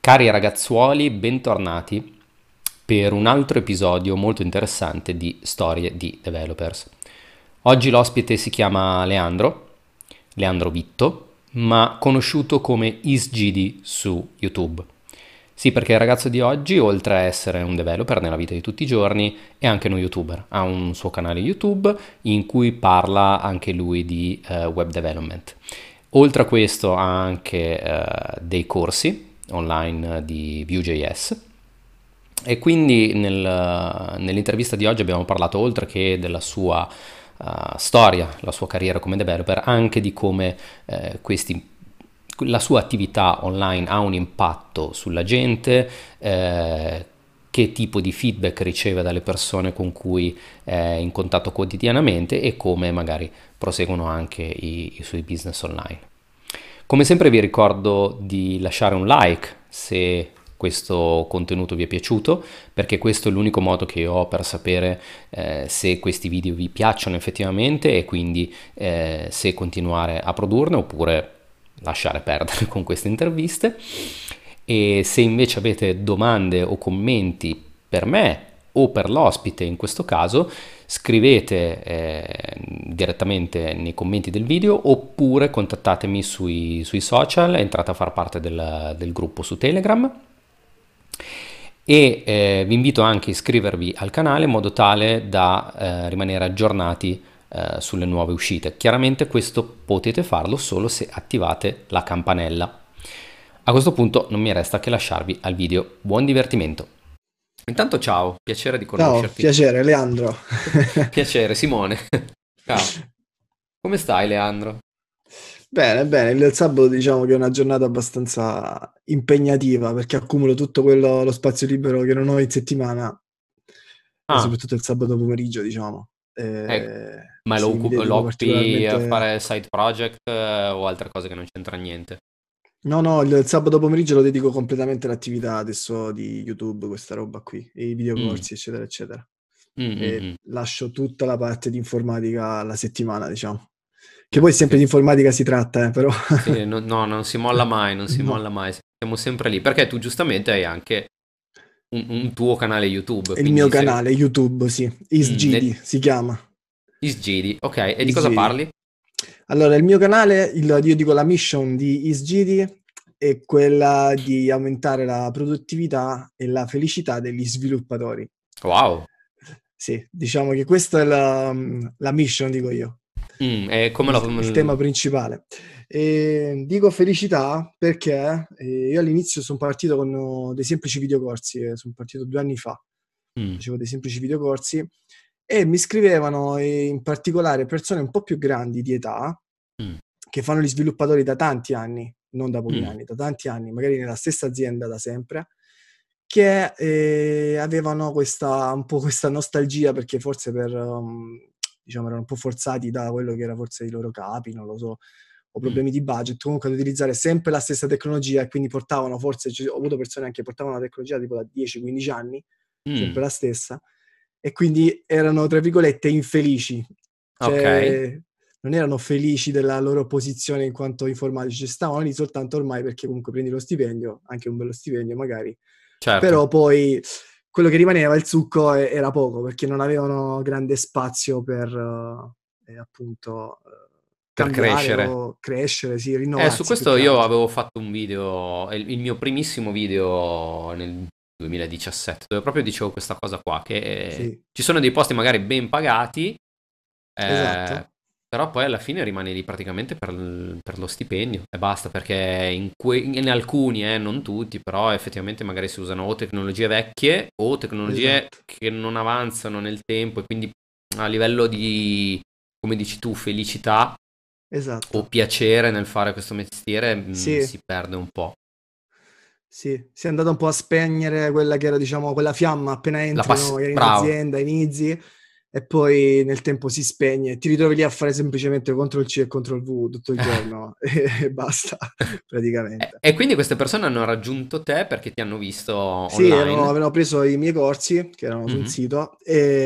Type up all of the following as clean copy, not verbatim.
Cari ragazzuoli, bentornati per un altro episodio molto interessante di Storie di Developers. Oggi l'ospite si chiama Leandro Vitto, ma conosciuto come IsGD su YouTube. Sì, perché il ragazzo di oggi, oltre a essere un developer nella vita di tutti i giorni, è anche uno YouTuber. Ha un suo canale YouTube in cui parla anche lui di web development. Oltre a questo ha anche dei corsi online di Vue.js e quindi nell'intervista di oggi abbiamo parlato oltre che della sua storia, la sua carriera come developer, anche di come la sua attività online ha un impatto sulla gente, che tipo di feedback riceve dalle persone con cui è in contatto quotidianamente e come magari proseguono anche i suoi business online. Come sempre vi ricordo di lasciare un like se questo contenuto vi è piaciuto, perché questo è l'unico modo che ho per sapere se questi video vi piacciono effettivamente e quindi se continuare a produrne oppure lasciare perdere con queste interviste. E se invece avete domande o commenti per me o per l'ospite in questo caso, scrivete direttamente nei commenti del video oppure contattatemi sui social, entrate a far parte del gruppo su Telegram e vi invito anche a iscrivervi al canale in modo tale da rimanere aggiornati sulle nuove uscite. Chiaramente questo potete farlo solo se attivate la campanella. A questo punto non mi resta che lasciarvi al video. Buon divertimento. Intanto ciao, piacere di Ciao, conoscerti. piacere Leandro. Piacere Simone. Ciao. Come stai Leandro? Bene, bene, il sabato diciamo che è una giornata abbastanza impegnativa perché accumulo tutto quello, lo spazio libero che non ho in settimana e Ah, soprattutto il sabato pomeriggio, diciamo. ma Sì, mi lo dedico occupi a particolarmente. fare side project o altre cose che non c'entra niente? No, no, il sabato pomeriggio lo dedico completamente all'attività adesso di YouTube, questa roba qui, i Mm, videocorsi, eccetera, eccetera. mm, mm, E mm. lascio tutta la parte di informatica alla settimana, diciamo. Che poi sempre di Capito. informatica si tratta, però. Sì, no, non si molla mai, non si No. molla mai, siamo sempre lì, perché tu giustamente hai anche un tuo canale YouTube, Il mio quindi sei... canale YouTube, sì, IsGD si chiama. Isgidi, ok, e di cosa IsGD. parli? Allora, il mio canale, io dico la mission di IsGD è quella di aumentare la produttività e la felicità degli sviluppatori. Wow. Sì, diciamo che questa è la mission, dico io, E come il tema principale. Dico felicità perché io all'inizio sono partito con dei semplici videocorsi, sono partito 2 anni fa, Mm, facevo dei semplici videocorsi e mi scrivevano in particolare persone un po' più grandi di età mm, che fanno gli sviluppatori da tanti anni, non da pochi mm, anni, da tanti anni, magari nella stessa azienda da sempre, che avevano un po' questa nostalgia perché forse diciamo erano un po' forzati da quello che era forse i loro capi, non lo so, o mm, problemi di budget, comunque ad utilizzare sempre la stessa tecnologia e quindi portavano forse, ho avuto persone anche che portavano la tecnologia tipo da 10-15 anni, mm. sempre la stessa, e quindi erano, tra virgolette, infelici. Ok, Cioè, non erano felici della loro posizione in quanto informatici, stavano lì soltanto ormai perché comunque prendi lo stipendio, anche un bello stipendio magari, certo, però poi quello che rimaneva, il succo, era poco, perché non avevano grande spazio per, appunto, per cambiare crescere. o crescere, sì, Su rinnovarsi più questo che io altro. avevo fatto un video, il mio primissimo video nel 2017, dove proprio dicevo questa cosa qua, che Sì, ci sono dei posti magari ben pagati, esatto, però poi alla fine rimani lì praticamente per lo stipendio e basta, perché in alcuni, non tutti, però effettivamente magari si usano o tecnologie vecchie o tecnologie esatto, che non avanzano nel tempo e quindi a livello di, come dici tu, felicità o esatto. piacere nel fare questo mestiere, Sì. si perde un po'. Sì, si è andata un po' a spegnere quella che era, diciamo, quella fiamma appena entri, no, magari in Bravo. azienda, inizi, e poi nel tempo si spegne e ti ritrovi lì a fare semplicemente CTRL-C e CTRL-V tutto il giorno e basta, praticamente. E quindi queste persone hanno raggiunto te perché ti hanno visto Sì, online? avevano preso i miei corsi, che erano su un Mhm. sito,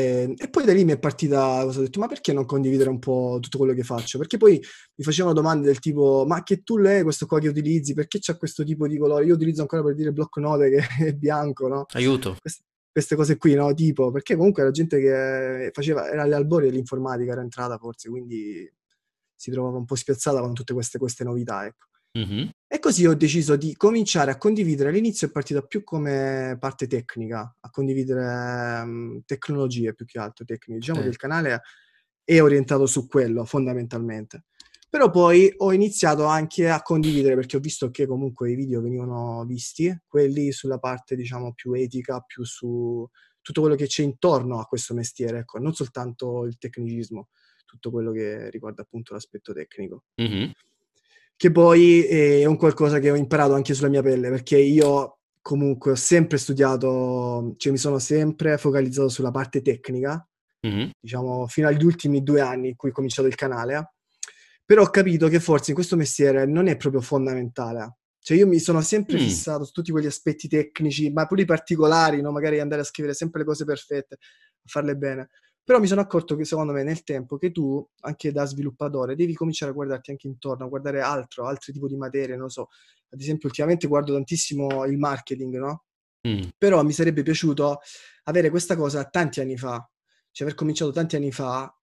e poi da lì mi è partita cosa, ho detto, ma perché non condividere un po' tutto quello che faccio? Perché poi mi facevano domande del tipo, ma che tool è questo qua che utilizzi? Perché c'ha questo tipo di colore? Io utilizzo ancora per dire block note che è bianco, no? Aiuto. Queste cose qui, no? Tipo, perché comunque era gente che faceva, era alle albori dell'informatica, era entrata forse, quindi si trovava un po' spiazzata con tutte queste novità, ecco. Mhm. E così ho deciso di cominciare a condividere. All'inizio è partita più come parte tecnica, a condividere tecnologie più che altro tecniche. Diciamo che Sì. il canale è orientato su quello fondamentalmente. Però poi ho iniziato anche a condividere perché ho visto che comunque i video venivano visti, quelli sulla parte diciamo più etica, più su tutto quello che c'è intorno a questo mestiere, ecco, non soltanto il tecnicismo, tutto quello che riguarda appunto l'aspetto tecnico. Mhm. Che poi è un qualcosa che ho imparato anche sulla mia pelle, perché io comunque ho sempre studiato, cioè mi sono sempre focalizzato sulla parte tecnica, Mhm. diciamo fino agli ultimi 2 anni in cui ho cominciato il canale, però ho capito che forse in questo mestiere non è proprio fondamentale. Cioè io mi sono sempre Mm. fissato su tutti quegli aspetti tecnici, ma pure i particolari, no? Magari andare a scrivere sempre le cose perfette, a farle bene. Però mi sono accorto che secondo me nel tempo che tu, anche da sviluppatore, devi cominciare a guardarti anche intorno, a guardare altri tipi di materie, non lo so. Ad esempio, ultimamente guardo tantissimo il marketing, no? Mm. Però mi sarebbe piaciuto avere questa cosa tanti anni fa, cioè aver cominciato tanti anni fa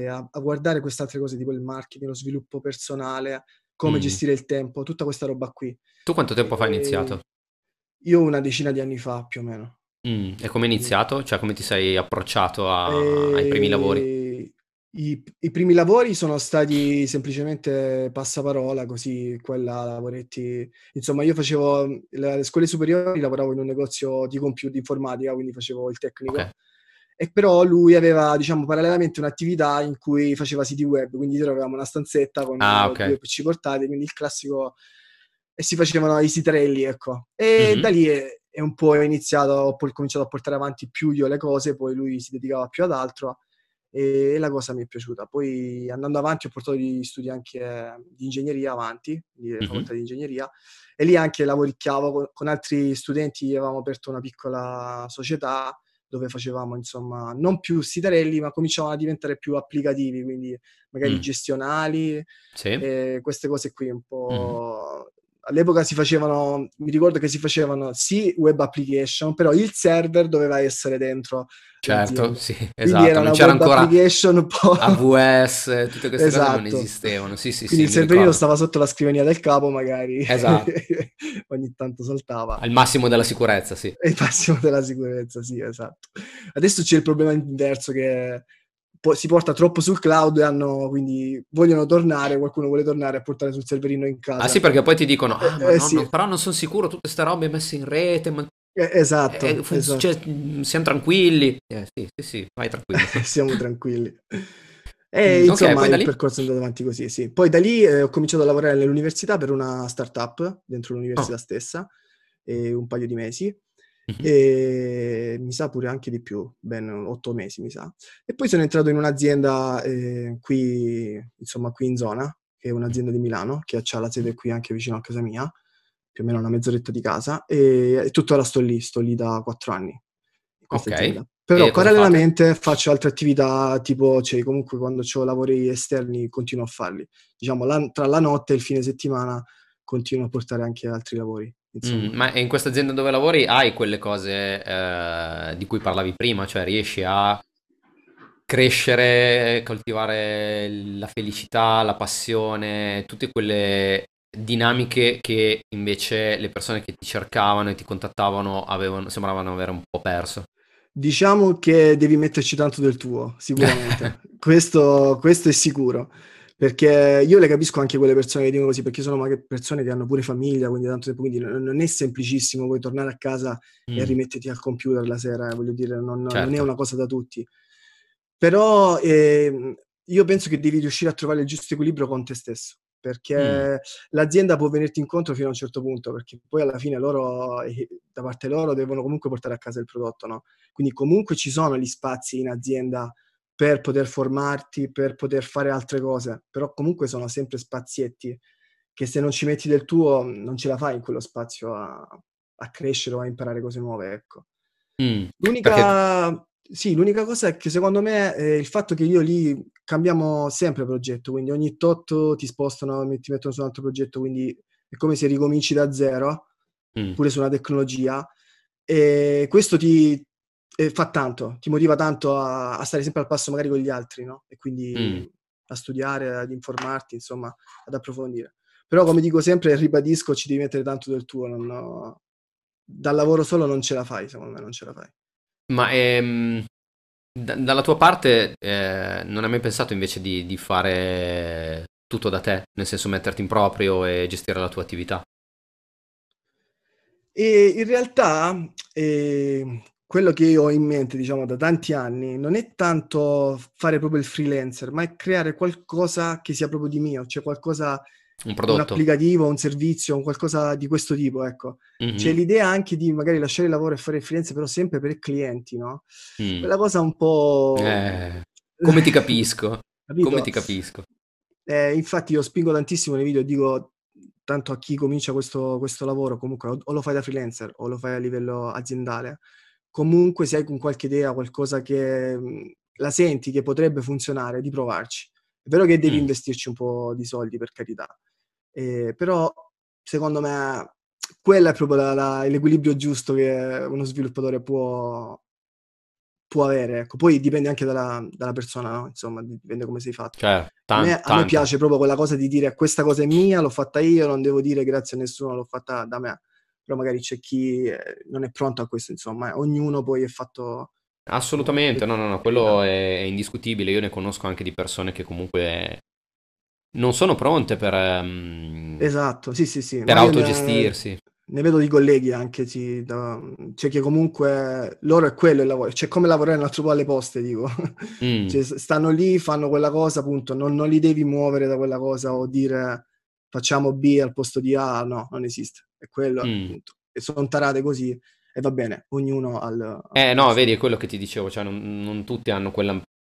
a guardare queste altre cose, tipo il marketing, lo sviluppo personale, come Mm. gestire il tempo, tutta questa roba qui. Tu quanto tempo fa hai iniziato? E io una decina di anni fa, più o meno. E come hai Quindi, iniziato? Cioè, come ti sei approcciato ai primi lavori? E i primi lavori sono stati semplicemente passaparola, così quella lavoretti. Insomma, io facevo le scuole superiori, lavoravo in un negozio di computer, di informatica, quindi facevo il Ok. tecnico. E però lui aveva, diciamo, parallelamente un'attività in cui faceva siti web, quindi noi avevamo una stanzetta con Ah, due ok. PC portatili, quindi il classico, e si facevano i sitarelli, ecco. E da Mhm. lì è un po' iniziato, ho poi cominciato a portare avanti più io le cose, poi lui si dedicava più ad altro e la cosa mi è piaciuta. Poi andando avanti ho portato gli studi anche di ingegneria avanti, di Mhm. facoltà di ingegneria, e lì anche lavoricchiavo con altri studenti, avevamo aperto una piccola società dove facevamo insomma non più sitarelli, ma cominciavano a diventare più applicativi, quindi magari Mm. gestionali, Sì. queste cose qui un Mhm. po'. All'epoca si facevano, mi ricordo che si facevano sì web application, però il server doveva essere dentro Certo, l'azienda. sì, Quindi esatto. era Non una c'era web ancora application un po'. AWS, tutte queste cose non Esatto. esistevano. Sì, sì, Quindi sì, il mi serverino ricordo. stava sotto la scrivania del capo, magari Esatto. ogni tanto saltava. Al massimo della sicurezza, sì. E il massimo della sicurezza, sì, esatto. Adesso c'è il problema inverso che si porta troppo sul cloud e quindi vogliono tornare, qualcuno vuole tornare a portare sul serverino in Ah sì, casa. perché poi ti dicono, ah, ma no, Sì, però non sono sicuro, tutte queste robe messe in rete, ma esatto, cioè, esatto. siamo tranquilli. Sì, sì, sì, vai tranquillo. Siamo tranquilli. E Ok, insomma poi da il lì? percorso è andato avanti così, sì. Poi da lì ho cominciato a lavorare nell'università per una startup dentro Oh, l'università stessa, un paio di mesi, mhm. e mi sa pure anche di più, ben 8 mesi mi sa. E poi sono entrato in un'azienda qui, insomma, qui in zona, che è un'azienda di Milano, che ha la sede qui anche vicino a casa mia, più o meno a una mezz'oretta di casa, e tuttora sto lì da 4 anni in questa Ok, azienda. Però e cosa fate? parallelamente faccio altre attività, tipo, cioè comunque quando c'ho lavori esterni continuo a farli. Diciamo, tra la notte e il fine settimana continuo a portare anche altri lavori, insomma. Ma in questa azienda dove lavori hai quelle cose di cui parlavi prima, cioè riesci a crescere, coltivare la felicità, la passione, tutte quelle dinamiche che invece le persone che ti cercavano e ti contattavano sembravano avere un po' perso. Diciamo che devi metterci tanto del tuo, sicuramente. Questo è sicuro. Perché io le capisco anche quelle persone che dicono così, perché sono magari persone che hanno pure famiglia, quindi tanto tempo, quindi non è semplicissimo poi tornare a casa e Mm, rimetterti al computer la sera, voglio dire, non è certo. una cosa da tutti. Però io penso che devi riuscire a trovare il giusto equilibrio con te stesso, Mm, perché l'azienda può venirti incontro fino a un certo punto, perché poi alla fine loro, da parte loro, devono comunque portare a casa il prodotto, no? Quindi comunque ci sono gli spazi in azienda per poter formarti, per poter fare altre cose, però comunque sono sempre spazietti che se non ci metti del tuo non ce la fai in quello spazio a crescere o a imparare cose nuove, ecco. Mm, perché... L'unica cosa è che secondo me il fatto che io lì cambiamo sempre progetto, quindi ogni tot ti spostano, ti mettono su un altro progetto, quindi è come se ricominci da zero, Mm, pure su una tecnologia, e questo ti fa tanto, ti motiva tanto a stare sempre al passo magari con gli altri, no? E mm. quindi a studiare, ad informarti, insomma, ad approfondire. Però come dico sempre, ribadisco, ci devi mettere tanto del tuo, dal lavoro solo non ce la fai, secondo me non ce la fai. Ma dalla tua parte non hai mai pensato invece di fare tutto da te, nel senso metterti in proprio e gestire la tua attività? E in realtà quello che io ho in mente, diciamo, da tanti anni non è tanto fare proprio il freelancer, ma è creare qualcosa che sia proprio di mio, cioè qualcosa, Un un prodotto? applicativo, un servizio, un qualcosa di questo tipo, ecco. C'è Mhm. l'idea anche di magari lasciare il lavoro e fare il freelancer, però sempre per clienti, no? Mm. Quella cosa un po', Eh, come ti capisco? Come capito? ti capisco? Infatti io spingo tantissimo nei video e dico tanto a chi comincia questo lavoro, comunque o lo fai da freelancer o lo fai a livello aziendale, comunque se hai con qualche idea, qualcosa che la senti che potrebbe funzionare, di provarci. È vero che devi Mm. investirci un po' di soldi, per carità, però secondo me quella è proprio l'equilibrio giusto che uno sviluppatore può avere, ecco. Poi dipende anche dalla persona, no, insomma, dipende come sei fatto. Cioè, A me tanto. piace proprio quella cosa di dire: "Questa cosa è mia, l'ho fatta io, non devo dire grazie a nessuno, l'ho fatta da me." Però magari c'è chi, non è pronto a questo, insomma, ognuno poi è fatto, Assolutamente, per no, no, no, quello carità. è indiscutibile. Io ne conosco anche di persone che comunque non sono pronte Esatto, sì, sì, sì. per No, io ne autogestirsi. ne vedo di colleghi anche, sì, cioè che comunque loro è quello il lavoro, cioè come lavorare un altro po' alle poste dico. Mm, Cioè stanno lì, fanno quella cosa, appunto, non li devi muovere da quella cosa o dire: "Facciamo B al posto di A", no, non esiste. È quello, mm. punto. E son tarate così e va bene, ognuno al No, vedi, suo. è quello che ti dicevo, cioè non tutti hanno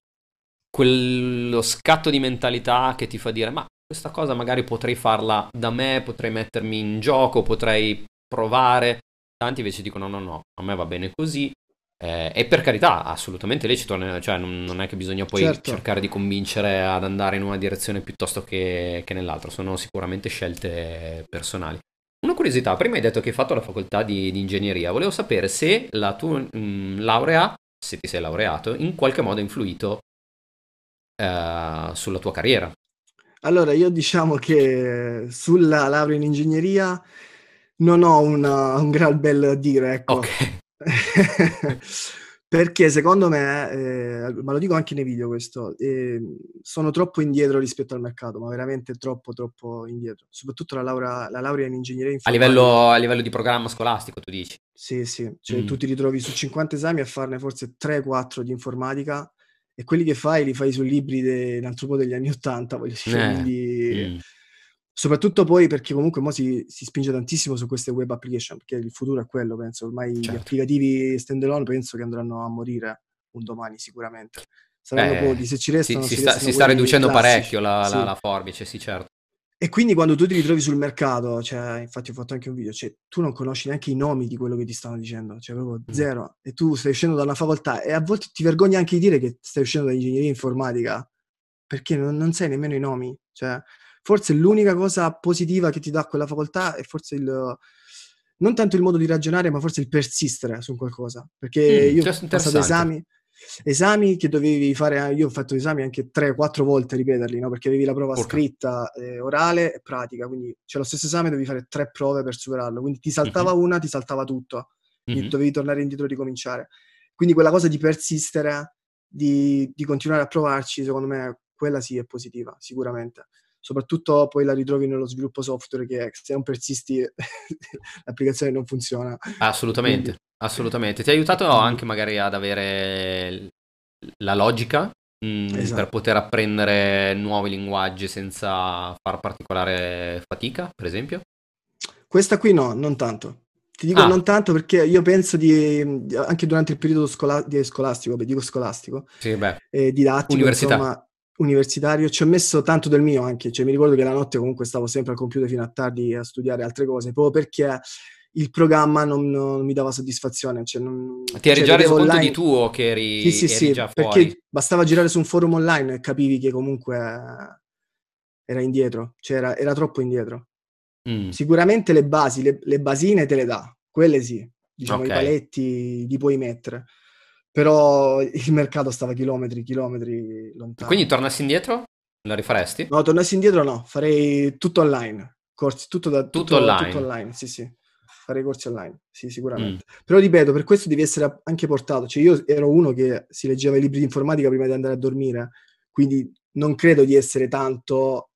quello scatto di mentalità che ti fa dire, ma questa cosa magari potrei farla da me, potrei mettermi in gioco, potrei provare. Tanti invece dicono, no, no, a me va bene così. E per carità, assolutamente lecito, cioè non è che bisogna poi Certo. cercare di convincere ad andare in una direzione piuttosto che nell'altra, sono sicuramente scelte personali. Una curiosità, prima hai detto che hai fatto la facoltà di ingegneria, volevo sapere se la tua laurea, se ti sei laureato, in qualche modo ha influito sulla tua carriera. Allora, io diciamo che sulla laurea in ingegneria non ho un gran bel dire, Ok. ecco. Perché secondo me, ma lo dico anche nei video questo, sono troppo indietro rispetto al mercato, ma veramente troppo, troppo indietro. Soprattutto la laurea in ingegneria informatica. A livello di programma scolastico, tu dici? Sì, sì, cioè tu Mm, ti ritrovi su 50 esami a farne forse 3, 4 di informatica e quelli che fai li fai su libri un altro po' degli anni '80, voglio dire, eh, quindi mm, soprattutto poi perché comunque mo si spinge tantissimo su queste web application, perché il futuro è quello penso. Ormai gli certo. applicativi standalone penso che andranno a morire un domani sicuramente. Saranno Beh, pochi, se ci restano si ci sta, si restano sta quelli riducendo classici. parecchio Sì. la forbice, sì, certo. E quindi quando tu ti ritrovi sul mercato, cioè infatti ho fatto anche un video, cioè tu non conosci neanche i nomi di quello che ti stanno dicendo, cioè proprio Mm, 0. E tu stai uscendo da una facoltà e a volte ti vergogni anche di dire che stai uscendo da ingegneria informatica, perché non sai nemmeno i nomi. Cioè, forse l'unica cosa positiva che ti dà quella facoltà è forse non tanto il modo di ragionare, ma forse il persistere su un qualcosa. Perché io ho passato interessante. esami che dovevi fare, io ho fatto esami anche 3, 4 volte ripeterli, no, perché avevi la prova Urca. scritta, orale e pratica, quindi cioè lo stesso esame dovevi fare 3 prove per superarlo, quindi ti Mhm, saltava una, ti saltava tutto, quindi mhm. dovevi tornare indietro e ricominciare. Quindi quella cosa di persistere, di continuare a provarci, secondo me quella sì è positiva, sicuramente. Soprattutto poi la ritrovi nello sviluppo software che se non persisti l'applicazione non funziona e quindi Assolutamente, assolutamente. Ti ha e aiutato quindi anche magari ad avere la logica, per esatto. poter apprendere nuovi linguaggi senza far particolare fatica, per esempio? Questa qui no, non tanto. Ti dico Ah, non tanto perché io penso anche durante il periodo scolastico, beh, dico scolastico, sì, beh, didattico, università. insomma, universitario, ci ho messo tanto del mio anche, cioè mi ricordo che la notte comunque stavo sempre al computer fino a tardi a studiare altre cose, proprio perché il programma non mi dava soddisfazione, Ti eri cioè già reso vedevo conto di online. tuo che Sì, sì, eri sì, già fuori? perché bastava girare su un forum online e capivi che comunque era indietro, cioè era troppo indietro. Mm, Sicuramente le basi, le basine te le dà, quelle sì, diciamo i ok. paletti li puoi mettere, però il mercato stava chilometri, chilometri Quindi lontano. tornassi indietro? La rifaresti? No, tornassi indietro no, farei tutto online, corsi Tutto tutto online. online, sì, sì. Farei corsi online, sì, Mm, sicuramente. Però ripeto, per questo devi essere anche portato. Cioè io ero uno che si leggeva i libri di informatica prima di andare a dormire, quindi non credo di essere tanto,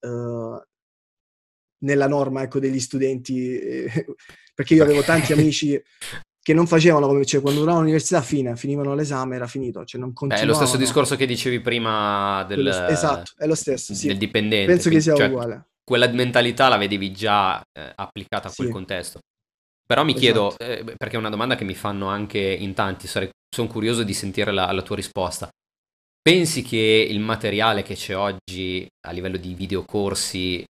nella norma, ecco, degli studenti, perché io avevo tanti perché... amici che non facevano come cioè quando duravano l'università fine, finivano l'esame, era finito, cioè non Beh, è lo stesso continuavano. discorso che dicevi prima Esatto, è lo stesso, sì. del dipendente, Penso che quindi sia cioè, uguale. quella mentalità la vedevi già applicata a quel Sì, contesto. Però mi chiedo, esatto. perché è una domanda che mi fanno anche in tanti, sono curioso di sentire la tua risposta. Pensi che il materiale che c'è oggi a livello di videocorsi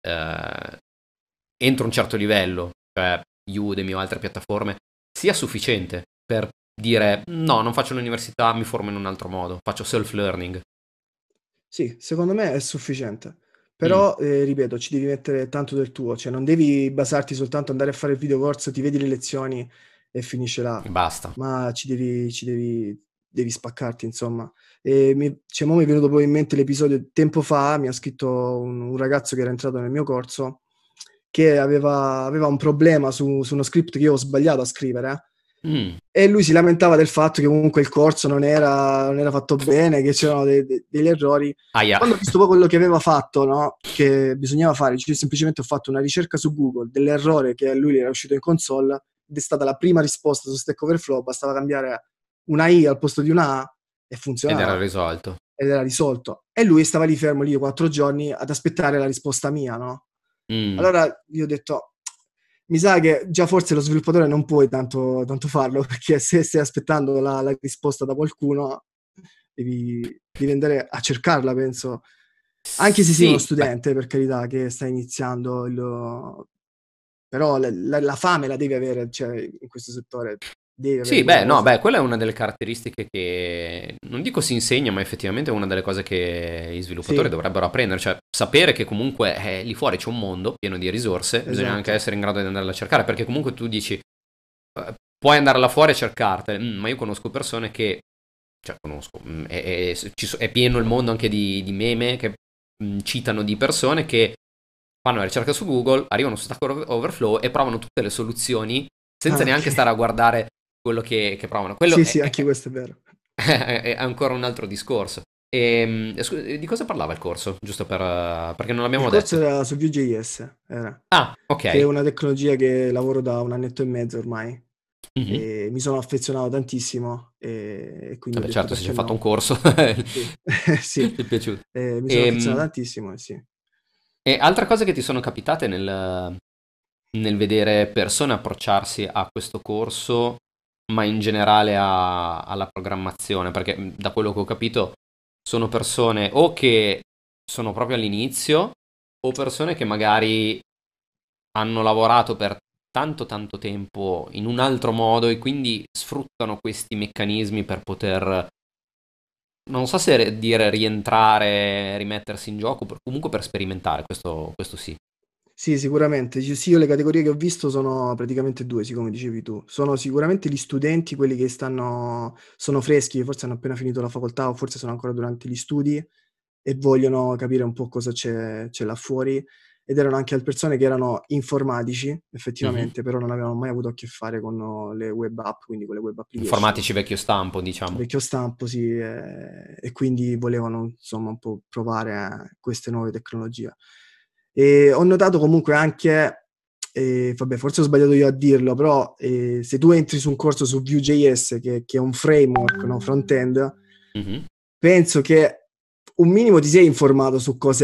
entro un certo livello, cioè Udemy o altre piattaforme, sia sufficiente per dire no, non faccio l'università, mi formo in un altro modo, faccio self-learning? Sì, secondo me è sufficiente. Mm, Però, ripeto, ci devi mettere tanto del tuo, cioè non devi basarti soltanto andare a fare il videocorso, ti vedi le lezioni e finisce là, basta. ma devi spaccarti insomma. Cioè mo' mi è venuto poi in mente l'episodio tempo fa, mi ha scritto un ragazzo che era entrato nel mio corso, che aveva un problema su uno script che io ho sbagliato a scrivere, Mm, e lui si lamentava del fatto che comunque il corso non era fatto bene, che c'erano degli errori. aia. Quando ho visto poi quello che aveva fatto, no, che bisognava fare, cioè semplicemente ho fatto una ricerca su Google dell'errore che a lui gli era uscito in console ed è stata la prima risposta su Stack Overflow, bastava cambiare una I al posto di una A e Ed era funzionava risolto. ed era risolto. E lui stava lì fermo lì 4 giorni ad aspettare la risposta mia, no? Mm. Allora io ho detto, mi sa che già forse lo sviluppatore non puoi tanto farlo, perché se stai aspettando la risposta da qualcuno, devi andare a cercarla, penso. Anche se sei uno Sì, beh, studente, per carità, che sta iniziando, però la fame la devi avere, cioè, in questo settore, devi avere sì, quella beh, no, cosa. beh, quella è una delle caratteristiche che non dico si insegna, ma effettivamente è una delle cose che gli sviluppatori Sì, dovrebbero apprendere, cioè sapere che comunque lì fuori c'è un mondo pieno di risorse, bisogna anche esatto. essere in grado di andarle a cercare, perché comunque tu dici, puoi andare là fuori a cercartele, ma io conosco persone che, cioè conosco, è pieno il mondo anche di meme che citano di persone che fanno la ricerca su Google, arrivano su Stack Overflow e provano tutte le soluzioni senza Ah, neanche okay. stare a guardare quello che provano. Quello Sì, sì, anche questo è vero. è ancora un altro discorso. Di cosa parlava il corso? Giusto perché non Il l'abbiamo corso detto. era su Vue.js, era. Ah, ok. Che è una tecnologia che lavoro da 1 annetto e mezzo ormai, Mhm. e mi sono affezionato tantissimo, e quindi ho Vabbè, detto: certo, se ci "Perché hai fatto un no?" corso, Sì, sì, ti è piaciuto. mi sono affezionato Ehm, tantissimo, sì. E altre cose che ti sono capitate nel vedere persone approcciarsi a questo corso, ma in generale alla programmazione, perché da quello che ho capito sono persone o che sono proprio all'inizio o persone che magari hanno lavorato per tanto tanto tempo in un altro modo e quindi sfruttano questi meccanismi per poter, non so se dire rientrare, rimettersi in gioco, comunque per sperimentare, questo sì. Sì, sicuramente. Sì, io le categorie che ho visto sono praticamente 2, sì, come dicevi tu. Sono sicuramente gli studenti, quelli che sono freschi, che forse hanno appena finito la facoltà o forse sono ancora durante gli studi e vogliono capire un po' cosa c'è là fuori, ed erano anche persone che erano informatici Mhm. effettivamente, però non avevano mai avuto a che fare con le web app, quindi con le web application. Informatici vecchio stampo, diciamo. Vecchio stampo, sì, e quindi volevano insomma un po' provare queste nuove tecnologie. Ho notato comunque anche, vabbè forse ho sbagliato io a dirlo, però, se tu entri su un corso su Vue.js che è un framework, no, front-end, Mhm. penso che un minimo ti sei informato su cos'è.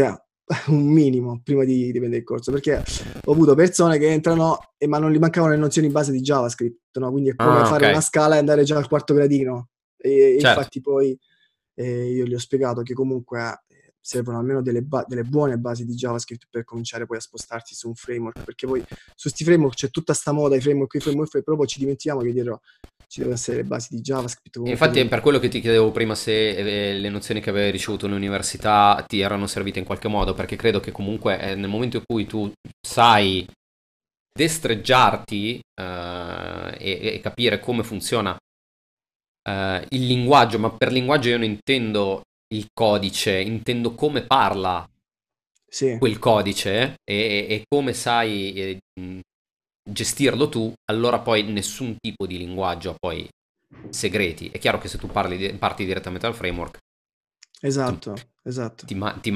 un minimo prima di prendere il corso, perché ho avuto persone che entrano ma non gli mancavano le nozioni in base di JavaScript, no? Quindi è come Ah, fare una ok, scala e andare già al quarto gradino. E certo. infatti poi io gli ho spiegato che comunque servono almeno delle buone basi di JavaScript per cominciare poi a spostarsi su un framework, perché poi su questi framework c'è tutta sta moda, i framework, però poi ci dimentichiamo che dietro ci devono essere le basi di JavaScript, comunque Infatti è devi... per quello che ti chiedevo prima se le nozioni che avevi ricevuto all'università ti erano servite in qualche modo, perché credo che comunque nel momento in cui tu sai destreggiarti e capire come funziona il linguaggio, ma per linguaggio io non intendo il codice, intendo come parla Sì, quel codice e come sai gestirlo tu, allora poi nessun tipo di linguaggio ha poi segreti. È chiaro che se tu parti direttamente dal framework, insomma, esatto, esatto.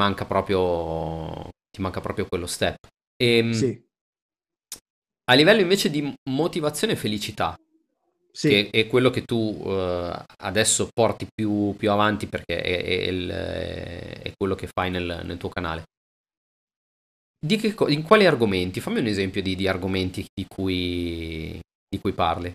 ti manca proprio quello step. E, Sì, a livello invece di motivazione e felicità, sì. che è quello che tu adesso porti più avanti perché è quello che fai nel tuo canale. In quali argomenti? Fammi un esempio di argomenti di cui parli.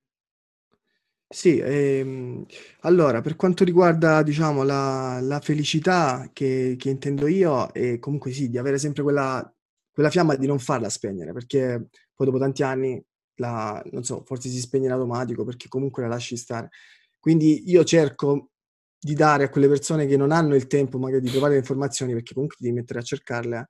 Sì, allora per quanto riguarda diciamo la felicità che intendo io è comunque sì, di avere sempre quella fiamma di non farla spegnere, perché poi dopo tanti anni non so, forse si spegne in automatico perché comunque la lasci stare. Quindi io cerco di dare a quelle persone che non hanno il tempo magari di trovare le informazioni, perché comunque ti devi mettere a cercarle,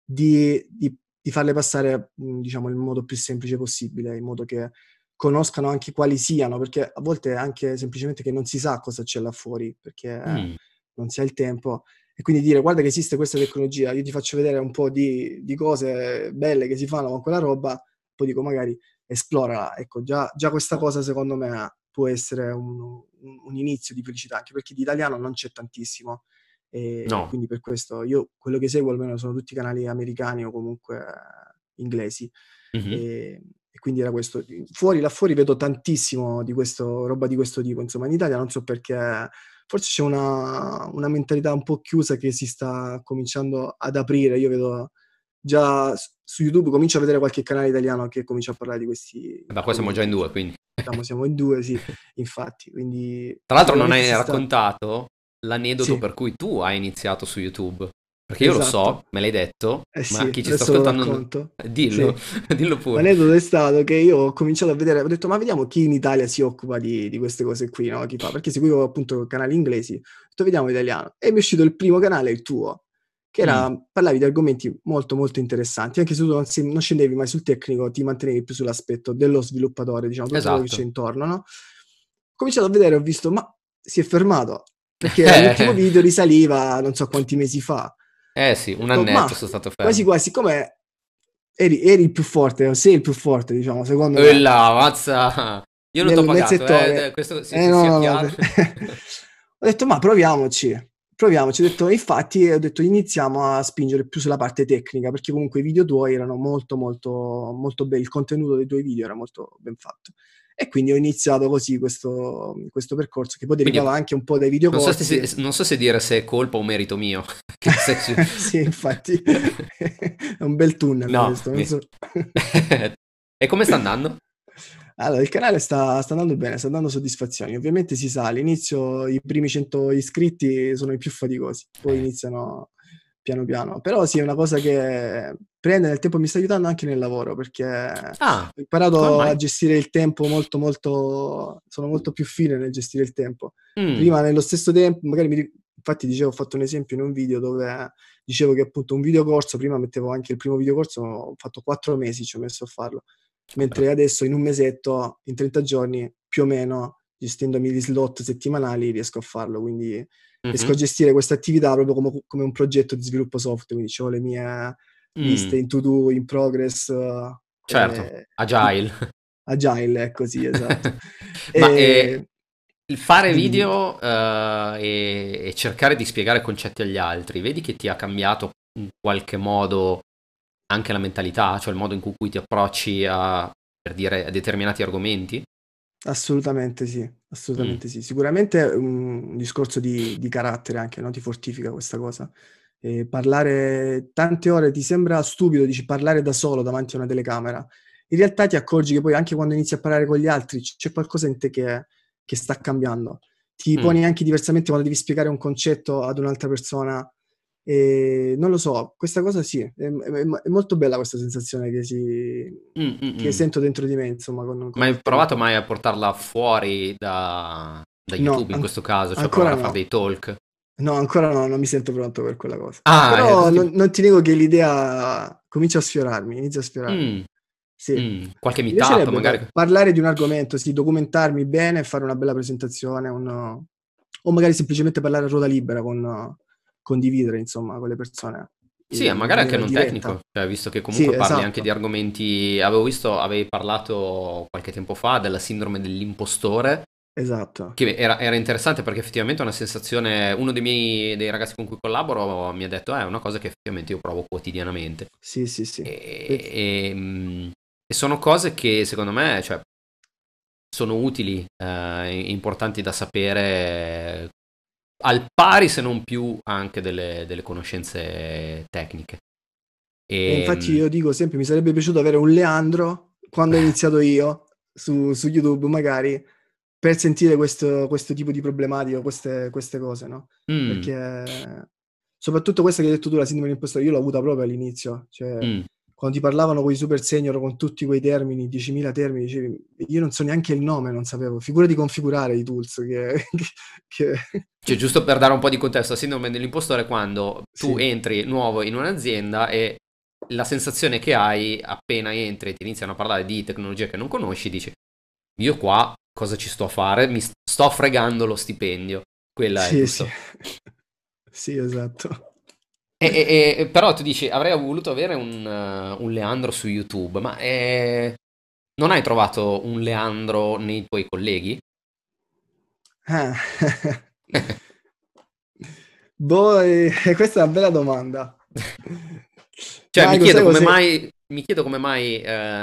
di farle passare, diciamo, nel modo più semplice possibile, in modo che conoscano anche quali siano, perché a volte è anche semplicemente che non si sa cosa c'è là fuori, perché Mm, non si ha il tempo. E quindi dire: "Guarda che esiste questa tecnologia, io ti faccio vedere un po' di cose belle che si fanno con quella roba", poi dico magari esplorala. Ecco, già questa cosa secondo me può essere un inizio di felicità, anche perché di italiano non c'è tantissimo. no. Quindi per questo io quello che seguo almeno sono tutti canali americani o comunque inglesi. Mhm. E quindi era questo. Là fuori vedo tantissimo di questo roba di questo tipo, insomma. In Italia non so perché, forse c'è una mentalità un po' chiusa che si sta cominciando ad aprire. Io vedo già su YouTube, comincio a vedere qualche canale italiano che comincia a parlare di questi Beh, qua siamo già in argomenti, due, diciamo. quindi. Diciamo siamo in 2, sì, infatti, quindi Tra l'altro non sicuramente hai si sta... raccontato l'aneddoto Sì, per cui tu hai iniziato su YouTube. Perché io lo so, esatto. me l'hai detto, Eh ma sì, chi ci sta adesso lo ascoltando, racconto. dillo, Sì. dillo pure. L'aneddoto è stato che io ho cominciato a vedere, ho detto: "Ma vediamo chi in Italia si occupa di queste cose qui, no, chi fa", perché seguivo appunto canali inglesi, ho detto: "Vediamo italiano". E mi è uscito il primo canale, il tuo, che Mm, parlavi di argomenti molto, molto interessanti, anche se tu non scendevi mai sul tecnico, ti mantenevi più sull'aspetto dello sviluppatore, diciamo, tutto quello che c'è esatto. intorno, no. Ho cominciato a vedere, ho visto: ma si è fermato, perché l'ultimo video risaliva non so quanti mesi fa. Ho Eh sì, un detto: "Mah, annetto sono stato quasi fermo. quasi, siccome eri il più forte, o sei il più forte, diciamo, secondo E me, là, mazza. Io non t'ho nel pagato, settore". questo No, sia no, no. chiaro. Ho detto: "Ma proviamoci, proviamoci". Ho detto, e infatti ho detto: "Iniziamo a spingere più sulla parte tecnica", perché comunque i video tuoi erano molto, molto, molto il contenuto dei tuoi video era molto ben fatto. E quindi ho iniziato così questo percorso, che poi derivava Quindi anche un po' dai videocorsi. non so se dire se è colpa o merito mio. Che sei su... Sì, infatti è un bel tunnel No, questo, non so. E come sta andando? Allora, il canale sta andando bene, sta dando soddisfazioni. Ovviamente si sa, all'inizio i primi 100 iscritti sono i più faticosi, poi Eh. iniziano piano piano. Però sì, è una cosa che prende nel tempo, mi sta aiutando anche nel lavoro, perché Ah, ho come imparato a mai? gestire il tempo molto, molto, sono molto più fine nel gestire il tempo. Mm, Prima nello stesso tempo, magari infatti dicevo, ho fatto un esempio in un video dove dicevo che appunto un videocorso, prima mettevo anche il primo videocorso, ho fatto 4 mesi, ci ho messo a farlo. vabbè. Mentre adesso in un mesetto, in 30 giorni, più o meno, gestendomi gli slot settimanali, riesco a farlo. Quindi riesco a Mhm. gestire questa attività proprio come un progetto di sviluppo software, quindi c'ho le mie liste Mm, in to do, in progress, certo, tu agile. agile, ecco, sì, esatto. Ma il fare Dimmi, dimmi. video e cercare di spiegare concetti agli altri, vedi che ti ha cambiato in qualche modo anche la mentalità, cioè il modo in cui ti approcci per dire, a determinati argomenti? Assolutamente sì, Mm, assolutamente sì. Sicuramente un discorso di carattere anche, no, ti fortifica questa cosa. parlare tante ore ti sembra stupido, dici parlare da solo davanti a una telecamera. In realtà ti accorgi che poi anche quando inizi a parlare con gli altri c'è qualcosa in te che sta cambiando. Ti Mm, poni anche diversamente quando devi spiegare un concetto ad un'altra persona. Non lo so, questa cosa sì, è molto bella questa sensazione mm, mm, che mm. sento dentro di me, insomma, Ma con hai il provato tempo. mai a portarla fuori da No, YouTube in questo caso, cioè provare ancora a fare dei no. talk? No, ancora no, non mi sento pronto per quella cosa. Ah, Però cosa ti... non ti nego che l'idea comincia a sfiorarmi, inizia a sfiorarmi. Mm, Sì. qualche Mi meetup piacerebbe magari? parlare di un argomento, sì, documentarmi bene, fare una bella presentazione, o magari semplicemente parlare a ruota libera condividere, insomma, con le persone Sì, in magari anche maniera non diretta. tecnico, cioè, visto che Sì, comunque parli anche di esatto, argomenti, avevo visto, avevi parlato qualche tempo fa della sindrome dell'impostore, esatto. che era interessante perché effettivamente è una sensazione, uno dei ragazzi con cui collaboro mi ha detto, è una cosa che effettivamente io provo quotidianamente. Sì, sì, sì. E, e sono cose che secondo me, cioè, sono utili, importanti da sapere, al pari se non più anche delle conoscenze tecniche. E infatti E, io dico sempre, mi sarebbe piaciuto avere un Leandro quando ho iniziato io su YouTube, magari, per sentire questo tipo di problematiche, queste cose, no? mm, Perché soprattutto questa che hai detto tu, la sindrome dell'impostore, io l'ho avuta proprio all'inizio. Cioè, mm. quando ti parlavano con i super senior, con tutti quei termini, 10.000 termini, dicevi, io non so neanche il nome, non sapevo. Figurati configurare i tools che... Cioè, giusto per dare un po' di contesto, la sindrome dell'impostore è quando tu Sì, entri nuovo in un'azienda e la sensazione che hai appena entri e ti iniziano a parlare di tecnologie che non conosci, dici, io qua cosa ci sto a fare? Mi sto fregando lo stipendio. Quella è sì, sì. giusto. Sì, esatto. Però tu dici, avrei voluto avere un Leandro su YouTube, ma non hai trovato un Leandro nei tuoi colleghi? Eh. Boh, questa è una bella domanda. Cioè, Michael, sai cos'è? mi chiedo come mai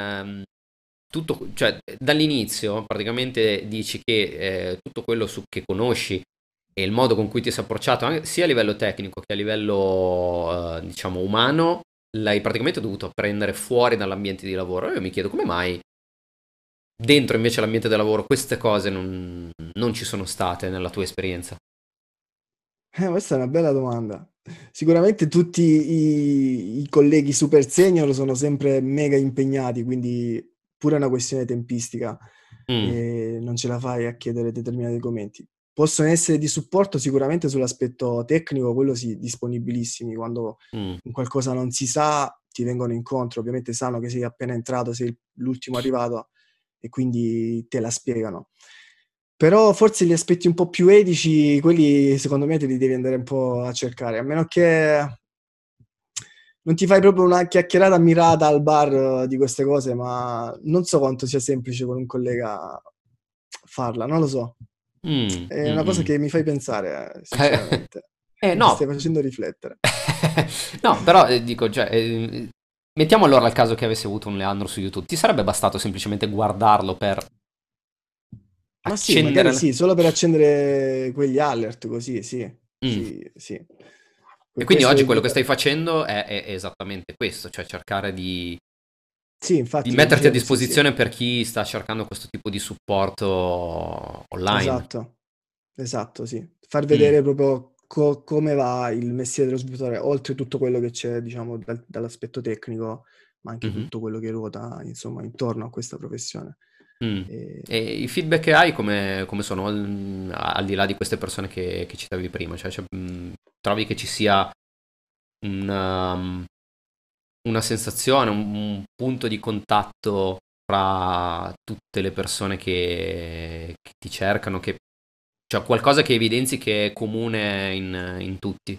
tutto, cioè, dall'inizio praticamente dici che tutto quello che conosci e il modo con cui ti sei approcciato, sia a livello tecnico che a livello, diciamo, umano, l'hai praticamente dovuto apprendere fuori dall'ambiente di lavoro. Io mi chiedo come mai dentro invece l'ambiente del lavoro queste cose non ci sono state nella tua esperienza. Questa è una bella domanda. Sicuramente tutti i colleghi super senior sono sempre mega impegnati, quindi pure è una questione tempistica, Mm, non ce la fai a chiedere determinati argomenti. Possono essere di supporto sicuramente sull'aspetto tecnico, quello sì, disponibilissimi. Quando mm, in qualcosa non si sa, ti vengono incontro. Ovviamente sanno che sei appena entrato, sei l'ultimo arrivato e quindi te la spiegano. Però forse gli aspetti un po' più etici, quelli secondo me te li devi andare un po' a cercare, a meno che non ti fai proprio una chiacchierata mirata al bar di queste cose, ma non so quanto sia semplice con un collega farla, non lo so. mm, È mm, una cosa mm. che mi fai pensare, sinceramente. Mi No. stai facendo riflettere. No, però dico, cioè, mettiamo allora il caso che avessi avuto un Leandro su YouTube. Ti sarebbe bastato semplicemente guardarlo per Ma sì, magari accendere... sì, solo per accendere quegli alert così, sì, Mm. sì, sì. E quindi Questo oggi è quello che stai facendo è esattamente questo, cioè cercare sì, di infatti lo metterti a dicevo, sì, sì. disposizione per chi sta cercando questo tipo di supporto online. Esatto, esatto, sì. Far Mm, vedere proprio come va il mestiere dello sviluppatore, oltre tutto quello che c'è, diciamo, dall'aspetto tecnico, ma anche mhm, tutto quello che ruota, insomma, intorno a questa professione. mm. E E i feedback che hai come sono al di là di queste persone che citavi prima? Cioè, trovi che ci sia un, una sensazione, un punto di contatto fra tutte le persone che ti cercano, cioè qualcosa che evidenzi che è comune in tutti.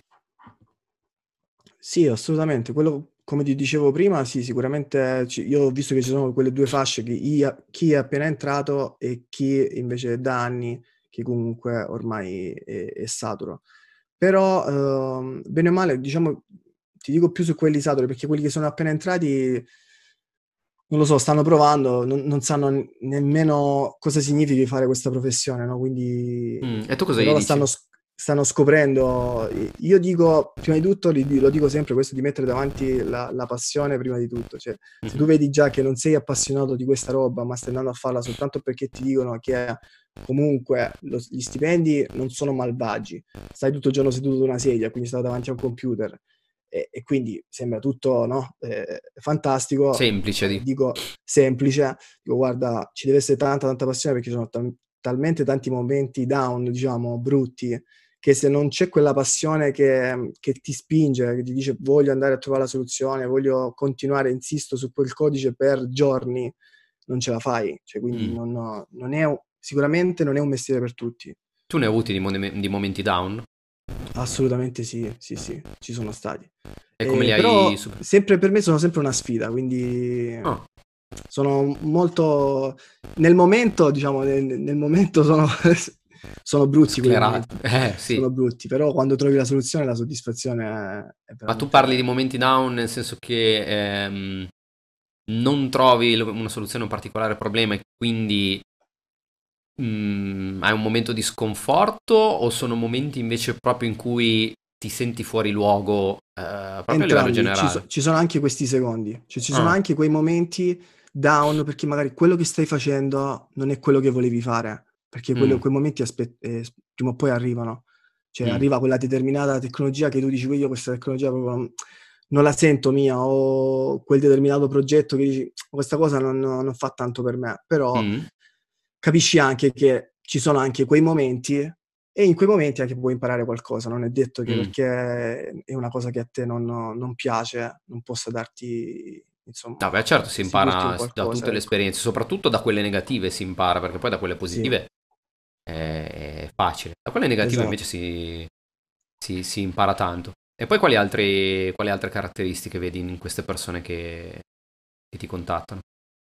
sì, assolutamente. Quello, come ti dicevo prima, sì, sicuramente io ho visto che ci sono quelle due fasce, che chi è appena entrato e chi invece è da anni, che comunque ormai è saturo. Però, bene o male, diciamo, ti dico più su quelli saturi, perché quelli che sono appena entrati, non lo so, stanno provando, non sanno nemmeno cosa significhi fare questa professione, no? Quindi E tu cosa per gli ora dici? stanno stanno scoprendo, io dico, prima di tutto, lo dico sempre, questo di mettere davanti la passione prima di tutto. Cioè, se tu Mhm. vedi già che non sei appassionato di questa roba, ma stai andando a farla soltanto perché ti dicono che comunque gli stipendi non sono malvagi, stai tutto il giorno seduto su una sedia, quindi stai davanti a un computer, e quindi sembra tutto, no, fantastico, Semplice di... dico semplice, dico guarda, ci deve essere tanta, tanta passione perché ci sono talmente tanti momenti down, diciamo, brutti, che se non c'è quella passione che ti spinge, che ti dice voglio andare a trovare la soluzione, voglio continuare, insisto su quel codice per giorni, non ce la fai. Cioè, quindi Mm. non è sicuramente non è un mestiere per tutti. Tu ne hai avuti di momenti down? Assolutamente sì, sì, sì, ci sono stati. E come li hai... Però sempre per me sono sempre una sfida, quindi Ah, sono molto nel momento, diciamo, nel momento sono sono brutti quei sclerato. momenti, Sì. sono brutti, però quando trovi la soluzione la soddisfazione è Ma tu parli di veramente momenti down nel senso che non trovi una soluzione a un particolare problema e quindi hai un momento di sconforto o sono momenti invece proprio in cui ti senti fuori luogo proprio a livello entrambi. generale? Ci sono anche questi secondi, cioè ci sono Ah, anche quei momenti down perché magari quello che stai facendo non è quello che volevi fare, perché mm, quei momenti prima o poi arrivano. Cioè mm, arriva quella determinata tecnologia che tu dici: "Io questa tecnologia proprio non la sento mia", o quel determinato progetto che dici: "Questa cosa non fa tanto per me". Però mm, capisci anche che ci sono anche quei momenti e in quei momenti anche puoi imparare qualcosa. Non è detto che mm. perché è una cosa che a te non piace, non possa darti, insomma, Vabbè, certo, si restituirti un impara da tutte qualcosa, le ecco. esperienze, soprattutto da quelle negative si impara, perché poi da quelle Sì, positive è facile. Da quelle negative invece esatto. si impara tanto. E poi quali altre caratteristiche vedi in queste persone che ti contattano?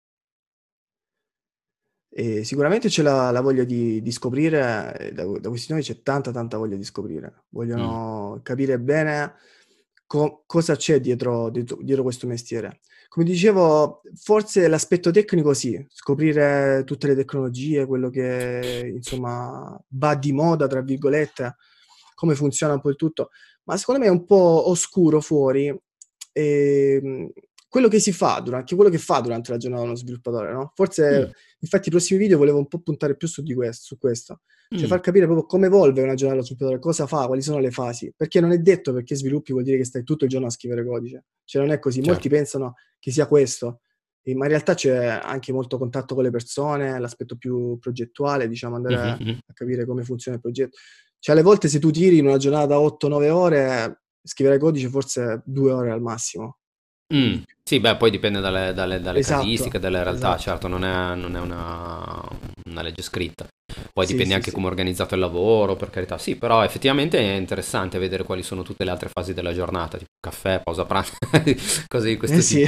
Sicuramente c'è la voglia di scoprire, da questi noi c'è tanta, tanta voglia di scoprire. Mm, Vogliono capire bene cosa c'è dietro questo mestiere. Come dicevo, forse l'aspetto tecnico sì, scoprire tutte le tecnologie, quello che insomma "va di moda" tra virgolette, come funziona un po' il tutto, ma secondo me è un po' oscuro fuori, ehm, quello che si fa quello che fa durante la giornata uno sviluppatore, no, forse mm, infatti i prossimi video volevo un po' puntare più su questo, cioè mm, far capire proprio come evolve una giornata dello sviluppatore, cosa fa, quali sono le fasi, perché non è detto perché sviluppi vuol dire che stai tutto il giorno a scrivere codice, cioè non è così. Molti certo. pensano che sia questo, ma in realtà c'è anche molto contatto con le persone, l'aspetto più progettuale, diciamo, andare Mhm, a mhm. capire come funziona il progetto. Cioè alle volte se tu tiri in una giornata da 8, 9 ore, scrivere codice forse 2 ore al massimo, non di più. Sì, beh, poi dipende dalle Esatto, casistiche, dalle realtà, esatto. certo, non è una legge scritta. Poi Sì, dipende sì, anche sì. come è organizzato il lavoro, per carità. Sì, però effettivamente è interessante vedere quali sono tutte le altre fasi della giornata, tipo caffè, pausa pranzo, cose di Eh questo sì. tipo.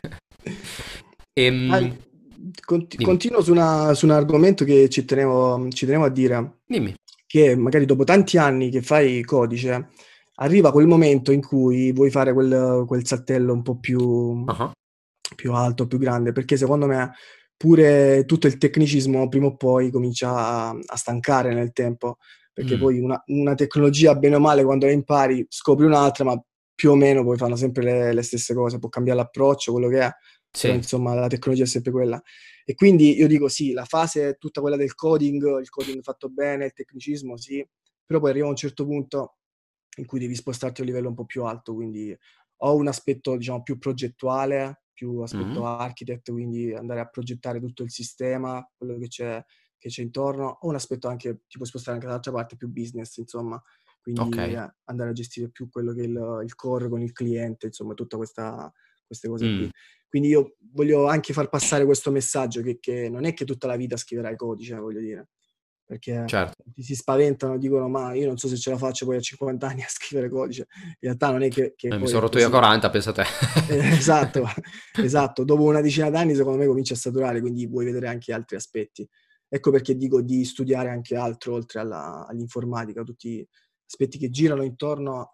Al Ehm, dimmi, continuo su un argomento che ci tenevo a dire, dimmi. che magari dopo tanti anni che fai codice, arriva quel momento in cui vuoi fare quel saltello un po' Ah, più alto, più grande, perché secondo me pure tutto il tecnicismo prima o poi comincia a stancare nel tempo, perché mm, poi una tecnologia bene o male quando la impari scopri un'altra, ma più o meno poi fanno sempre le stesse cose, può cambiare l'approccio, quello che è, però sì. insomma la tecnologia è sempre quella. E quindi io dico sì, la fase è tutta quella del coding, il coding fatto bene, il tecnicismo sì, però poi arriva un certo punto in cui devi spostarti a un livello un po' più alto, quindi ho un aspetto diciamo più progettuale, più Mm, aspetto architect, quindi andare a progettare tutto il sistema, quello che c'è intorno, ho un aspetto anche ti puoi spostare anche dall'altra parte, più business insomma, ok. quindi andare a gestire più quello che è il core con il cliente, insomma tutta queste cose qui. Mm, Quindi io voglio anche far passare questo messaggio che non è che tutta la vita scriverai codice, voglio dire, perché certo. si spaventano, dicono: "Ma io non so se ce la faccio poi a 50 anni a scrivere codice". In realtà non è che Mi poi sono è rotto io a così. 40, pensa te. Esatto, esatto. Dopo una decina d'anni secondo me comincia a saturare, quindi vuoi vedere anche altri aspetti. Ecco perché dico di studiare anche altro oltre all'informatica, tutti aspetti che girano intorno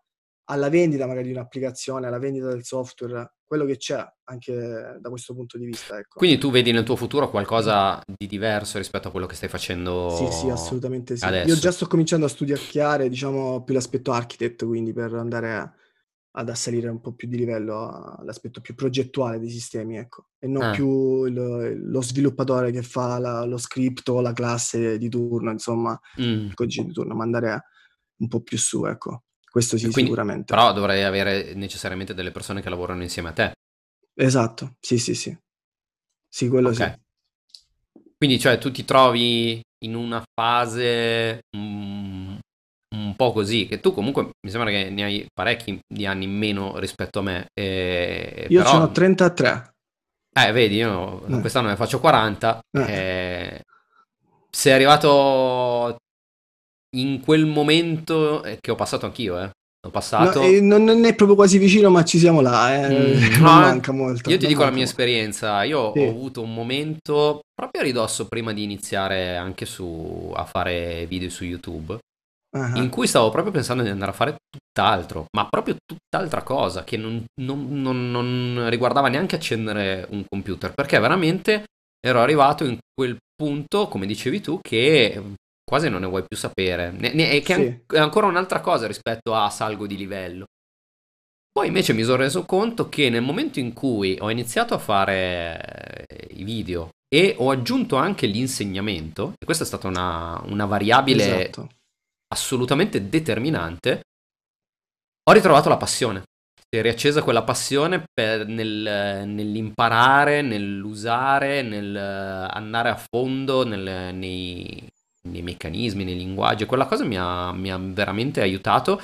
alla vendita magari di un'applicazione, alla vendita del software, quello che c'è anche da questo punto di vista, ecco. Quindi tu vedi nel tuo futuro qualcosa di diverso rispetto a quello che stai Sì, sì, facendo assolutamente sì. Io adesso? già sto cominciando a studiare, diciamo, più l'aspetto architect, quindi per andare ad assalire un po' più di livello all'aspetto più progettuale dei sistemi, ecco, e non Ah, più lo sviluppatore che fa lo script o la classe di turno, insomma, mm. il codice di turno, ma andare un po' più su, ecco. Questo E sì, quindi, sicuramente. però dovrai avere necessariamente delle persone che lavorano insieme a te. Esatto, sì, sì, sì. Sì, quello Ok. sì. Quindi, cioè, tu ti trovi in una fase un po' così, che tu comunque mi sembra che ne hai parecchi di anni in meno rispetto a me, Io ce n'ho però, 33. vedi, io Eh, quest'anno ne faccio 40, eh. sei arrivato in quel momento che ho passato anch'io, eh. Ho No, passato. non è proprio quasi vicino, ma ci siamo là, non No, manca molto, io ti non dico la manca mia molto. esperienza, io ho Sì. avuto un momento proprio a ridosso prima di iniziare anche a fare video su YouTube, in Ah-ah. cui stavo proprio pensando di andare a fare tutt'altro, ma proprio tutt'altra cosa, che non riguardava neanche accendere un computer, perché veramente ero arrivato in quel punto, come dicevi tu, che quasi non ne vuoi più sapere, e che Sì, è ancora un'altra cosa rispetto a salgo di livello. Poi invece mi sono reso conto che nel momento in cui ho iniziato a fare i video e ho aggiunto anche l'insegnamento, e questa è stata una variabile esatto. assolutamente determinante, ho ritrovato la passione. Si è riaccesa quella passione nell'imparare, nell'usare, nel andare a fondo nei meccanismi, nei linguaggi. Quella cosa mi ha veramente aiutato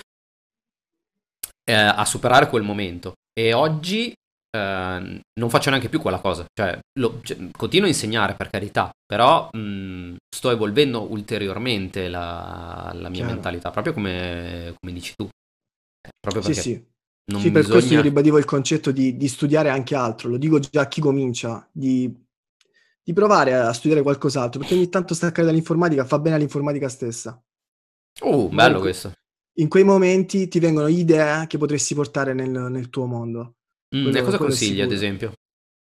a superare quel momento. E oggi non faccio neanche più quella cosa, cioè, continuo a insegnare per carità, però sto evolvendo ulteriormente la mia Chiaro. mentalità, proprio come dici tu, proprio Sì, perché sì. Sì, non per questo io bisogna. ribadivo il concetto di studiare anche altro. Lo dico già a chi comincia, di provare a studiare qualcos'altro, perché ogni tanto staccare dall'informatica fa bene all'informatica stessa. Magari Bello questo. in quei momenti ti vengono idee che potresti portare nel tuo mondo. E Quello cosa quello è consigli, ad sicuro. esempio?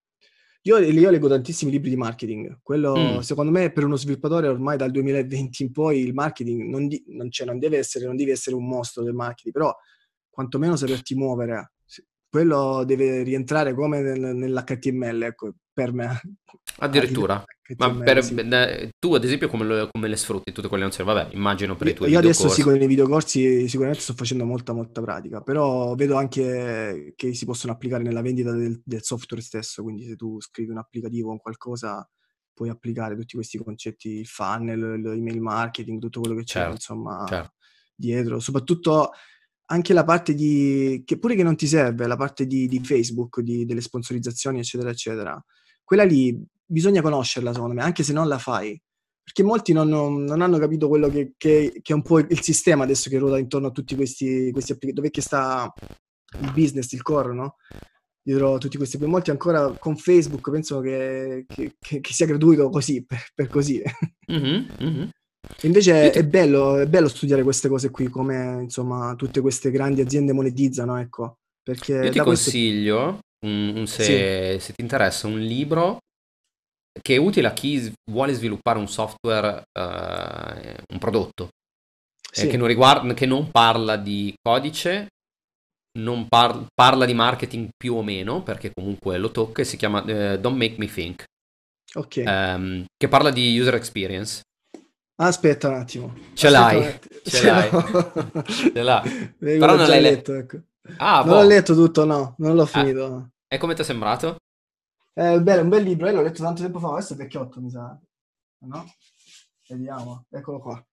Io leggo tantissimi libri di marketing. Quello Mm, secondo me per uno sviluppatore ormai dal 2020 in poi il marketing non devi essere un mostro del marketing, però quantomeno saperti muovere. Quello deve rientrare come nell'HTML, ecco, per me. A livello addirittura. Ma HTML, sì. tu, ad esempio, come le sfrutti tutte quelle nozioni? Vabbè, immagino per i tuoi Io adesso sì, videocorsi. con i videocorsi sicuramente sto facendo molta pratica, però vedo anche che si possono applicare nella vendita del software stesso, quindi se tu scrivi un applicativo o qualcosa, puoi applicare tutti questi concetti, il funnel, l'email marketing, tutto quello che c'è Certo, insomma certo. dietro. Soprattutto anche la parte che non ti serve, la parte di Facebook, delle sponsorizzazioni, eccetera, eccetera. Quella lì bisogna conoscerla secondo me, anche se non la fai. Perché molti non hanno capito quello che è un po' il sistema adesso che ruota intorno a tutti questi dov'è che sta il business, il core, no, dietro tutti questi poi molti ancora con Facebook pensano che sia gratuito così, per così. Mhm, mhm. Io Invece ti, è bello studiare queste cose qui, come insomma tutte queste grandi aziende monetizzano, ecco, io perché ti da questo consiglio, sì, se ti interessa, un libro che è utile a chi vuole sviluppare un software, un prodotto, che sì, che non parla di codice, non parla di marketing più o meno, perché comunque lo tocca, e si chiama Don't Make Me Think, okay. che parla di user experience. Aspetta un attimo, Ce aspetta un l'hai, attimo. ce Ce l'ho. l'hai, ce l'hai. Però L'ho non già l'hai letto. letto, ecco. Ah, Non l'ho boh. letto tutto, no, non l'ho Eh, finito, no. e come ti è sembrato? Bello, un bel libro, io l'ho letto tanto tempo fa, adesso è vecchiotto, mi sa. No? Vediamo, eccolo qua.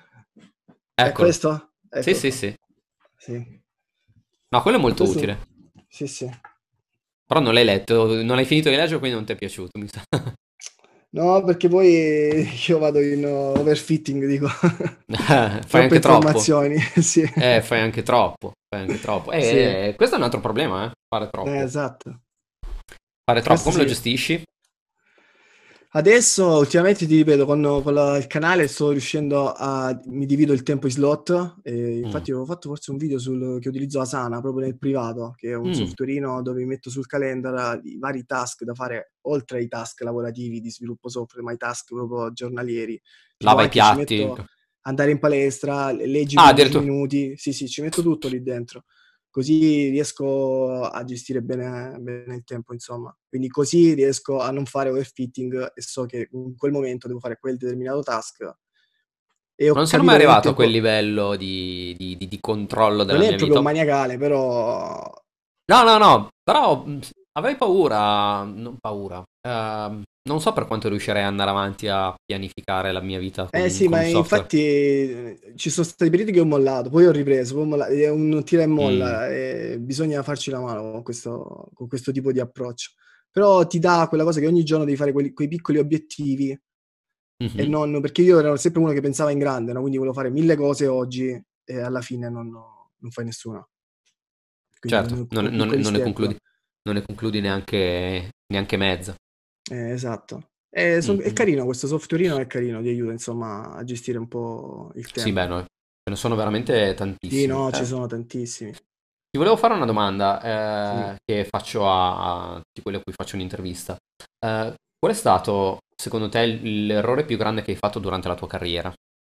È Eccolo. questo? Sì, Eccolo sì, qua. sì. Sì. No, quello è molto Questo utile. sì, sì. Però non l'hai letto, non hai finito di leggere, quindi non ti è piaciuto, mi sa. No, perché poi io vado in overfitting, dico. Fai Troppe anche troppo. informazioni, sì. Fai anche troppo. Fai anche troppo. Sì, Questo è un altro problema, eh. Fare troppo. esatto. Fare troppo. Questo Come lo sì. gestisci? Adesso ultimamente ti ripeto, il canale sto riuscendo mi divido il tempo in slot, e Mm. infatti avevo fatto forse un video che utilizzo Asana proprio nel privato, che è un Mm. softwareino dove mi metto sul calendar i vari task da fare, oltre ai task lavorativi di sviluppo software, ma i task proprio giornalieri. Tipo Lava i anche ci piatti. metto andare in palestra, leggi Ah, 15 addirittura. minuti, sì, sì, ci metto tutto lì dentro. Così riesco a gestire bene il tempo, insomma. Quindi così riesco a non fare overfitting e so che in quel momento devo fare quel determinato task e ho Non sono mai capito che nel arrivato a quel tempo livello di controllo non della è mia proprio vita. maniacale, però No, no, no, però avrei paura, non paura. Non so per quanto riuscirei ad andare avanti a pianificare la mia vita eh con, sì, con ma un software. infatti ci sono stati periodi che ho mollato, poi ho ripreso, è un tira e Mm. molla e bisogna farci la mano con questo tipo di approccio. Però ti dà quella cosa che ogni giorno devi fare quei piccoli obiettivi. E Mhm. non perché io ero sempre uno che pensava in grande, no, quindi volevo fare 1000 cose oggi e alla fine non fai nessuna. Quindi Certo, con piccoli step. non ne concludi neanche mezza. Esatto. Mm, È mm. carino questo softwareino, è carino, ti aiuta insomma a gestire un po' il Sì, beh, tempo. no, ce ne sono veramente Sì, tantissimi. no, ci sono tantissimi. Ti volevo fare una domanda Sì. che faccio a tutti quelli a cui faccio un'intervista. Qual è stato, secondo te, l'errore più grande che hai fatto durante la tua carriera?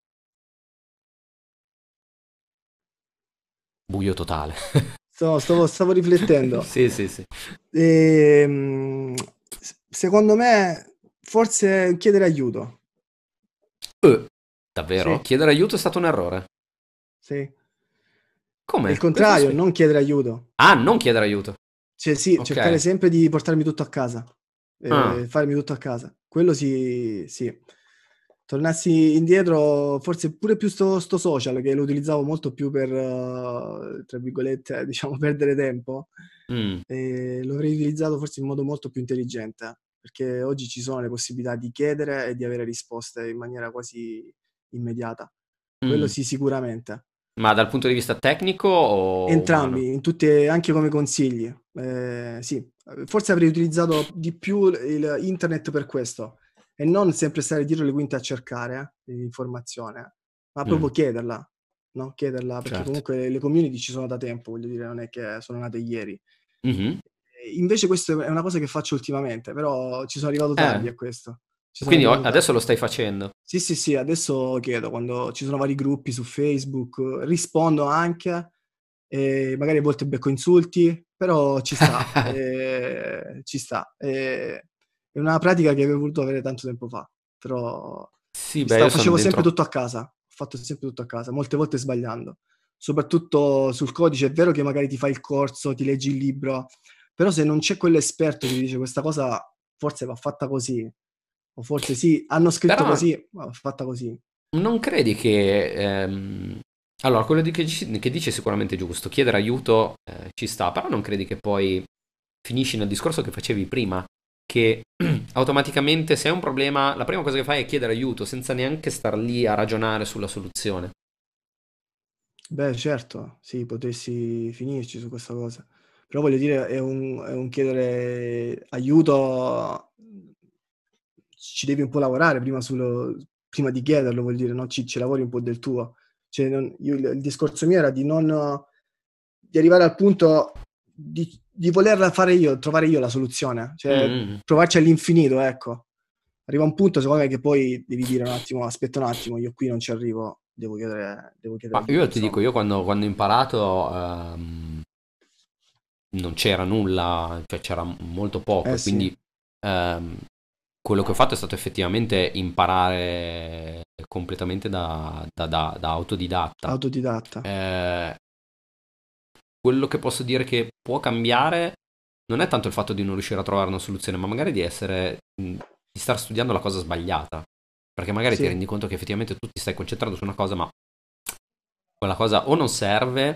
Buio totale. Stavo riflettendo. Sì, sì, sì. Secondo me forse chiedere aiuto. Davvero? Sì, Chiedere aiuto è stato un errore. sì. È il Come? Cosa contrario, non chiedere aiuto. Ah, non chiedere aiuto. Cioè sì, cercare Ok. sempre di portarmi tutto a casa, Ah, farmi tutto a casa. Quello sì, sì. Tornassi indietro, forse pure più sto social che lo utilizzavo molto più per, tra virgolette, diciamo "perdere tempo", mm, lo avrei utilizzato forse in modo molto più intelligente, perché oggi ci sono le possibilità di chiedere e di avere risposte in maniera quasi immediata. Quello mm. sì, sicuramente. Ma dal punto di vista tecnico o umano? Entrambi, in tutte anche come consigli. Sì, forse avrei utilizzato di più il internet per questo e non sempre stare dietro le quinte a cercare l'informazione, ma proprio Mm, chiederla, no, chiederla perché certo. comunque le community ci sono da tempo, voglio dire, non è che sono nate ieri. Mhm. Invece questo è una cosa che faccio ultimamente, però ci sono arrivato tardi a questo. Ci sono Quindi arrivato adesso tardi. lo stai facendo? Sì, sì, sì, adesso chiedo quando ci sono vari gruppi su Facebook, rispondo anche, magari a volte becco insulti, però ci sta, ci sta. È una pratica che avrei voluto avere tanto tempo fa, però Sì, beh, io sono facevo sempre dentro. tutto a casa, ho fatto sempre tutto a casa, molte volte sbagliando. Soprattutto sul codice, è vero che magari ti fai il corso, ti leggi il libro, però se non c'è quell'esperto che ti dice: "Questa cosa forse va fatta così", o forse sì, hanno scritto Però così, ma va fatta così. non credi che... allora, quello che dici è sicuramente giusto. Chiedere aiuto ci sta, però non credi che poi finisci nel discorso che facevi prima, che automaticamente se hai un problema, la prima cosa che fai è chiedere aiuto senza neanche star lì a ragionare sulla soluzione. Beh, certo, sì, potessi finirci su questa cosa. Però voglio dire, è un chiedere aiuto, ci devi un po' lavorare prima di chiederlo, vuol dire, no, ci lavori un po' del tuo. Cioè non io il discorso mio era di arrivare al punto di volerla fare io, trovare io la soluzione, Mm, cioè mm, mm. provarci all'infinito, ecco. Arriva un punto secondo me che poi devi dire un attimo: "Aspetta un attimo, io qui non ci arrivo, devo chiedere Ma aiuto", io ti dico, insomma. io quando ho imparato non c'era nulla, cioè c'era molto poco Eh e sì, quindi ehm, quello che ho fatto è stato effettivamente imparare completamente da autodidatta. autodidatta. Eh, quello che posso dire che può cambiare non è tanto il fatto di non riuscire a trovare una soluzione, ma magari di star studiando la cosa sbagliata. Perché magari ti Sì, rendi conto che effettivamente tu ti stai concentrando su una cosa, ma quella cosa o non serve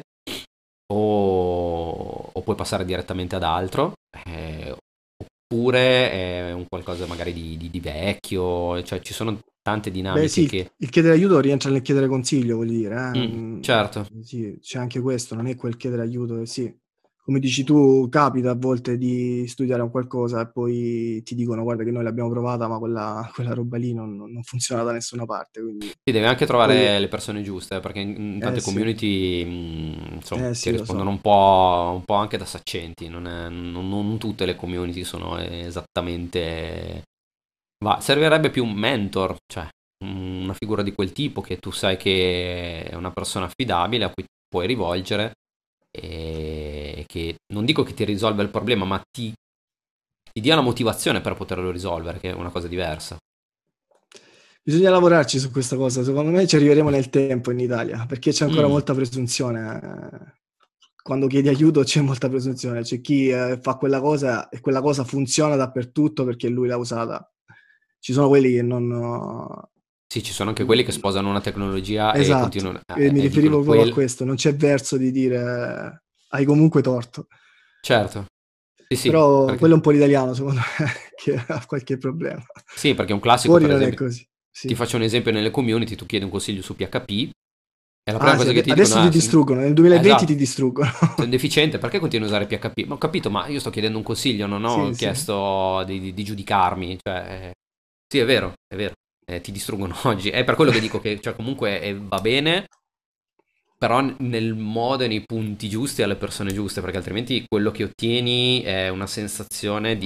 o puoi passare direttamente ad altro, oppure è un qualcosa magari di vecchio, cioè ci sono tante beh sì, dinamiche il che... il chiedere aiuto rientra nel chiedere consiglio, voglio dire, Certo. sì, c'è anche questo, non è quel chiedere aiuto sì, come dici tu, capita a volte di studiare un qualcosa e poi ti dicono guarda che noi l'abbiamo provata, ma quella roba lì non funziona da nessuna parte, quindi Sì, devi anche poi trovare le persone giuste, perché in eh tante sì, community, insomma, ti sì, lo rispondono so. un po' anche da saccenti. Non tutte le community sono esattamente. Servirebbe più un mentor, cioè una figura di quel tipo che tu sai che è una persona affidabile a cui puoi rivolgere e che non dico che ti risolva il problema, ma ti dia la motivazione per poterlo risolvere, che è una cosa diversa. Bisogna lavorarci su questa cosa, secondo me ci arriveremo nel tempo in Italia, perché c'è ancora Mm. molta presunzione. Quando chiedi aiuto c'è molta presunzione, c'è chi fa quella cosa e quella cosa funziona dappertutto perché lui l'ha usata. Ci sono quelli che non... Sì, ci sono anche quelli che mm, sposano una tecnologia e esatto, continuano e mi e dicono riferivo proprio a questo, non c'è verso di dire hai comunque torto. certo, sì, sì, Però perché, quello è un po' l'italiano secondo me che ha qualche problema. sì, perché è un classico, Fuori per non è esempio, così, ti sì. faccio un esempio nelle community, tu chiedi un consiglio su PHP e la prima Ah sì, cosa che ti dicono adesso ti è, distruggono, nel 2020 ti esatto, distruggono. sei un deficiente, perché continui a usare PHP? Ma ho capito, ma io sto chiedendo un consiglio, non ho Sì, sì. chiesto di giudicarmi, cioè, sì, è vero, ti distruggono oggi, è per quello che dico che, cioè, comunque va bene, però nel modo e nei punti giusti alle persone giuste, perché altrimenti quello che ottieni è una sensazione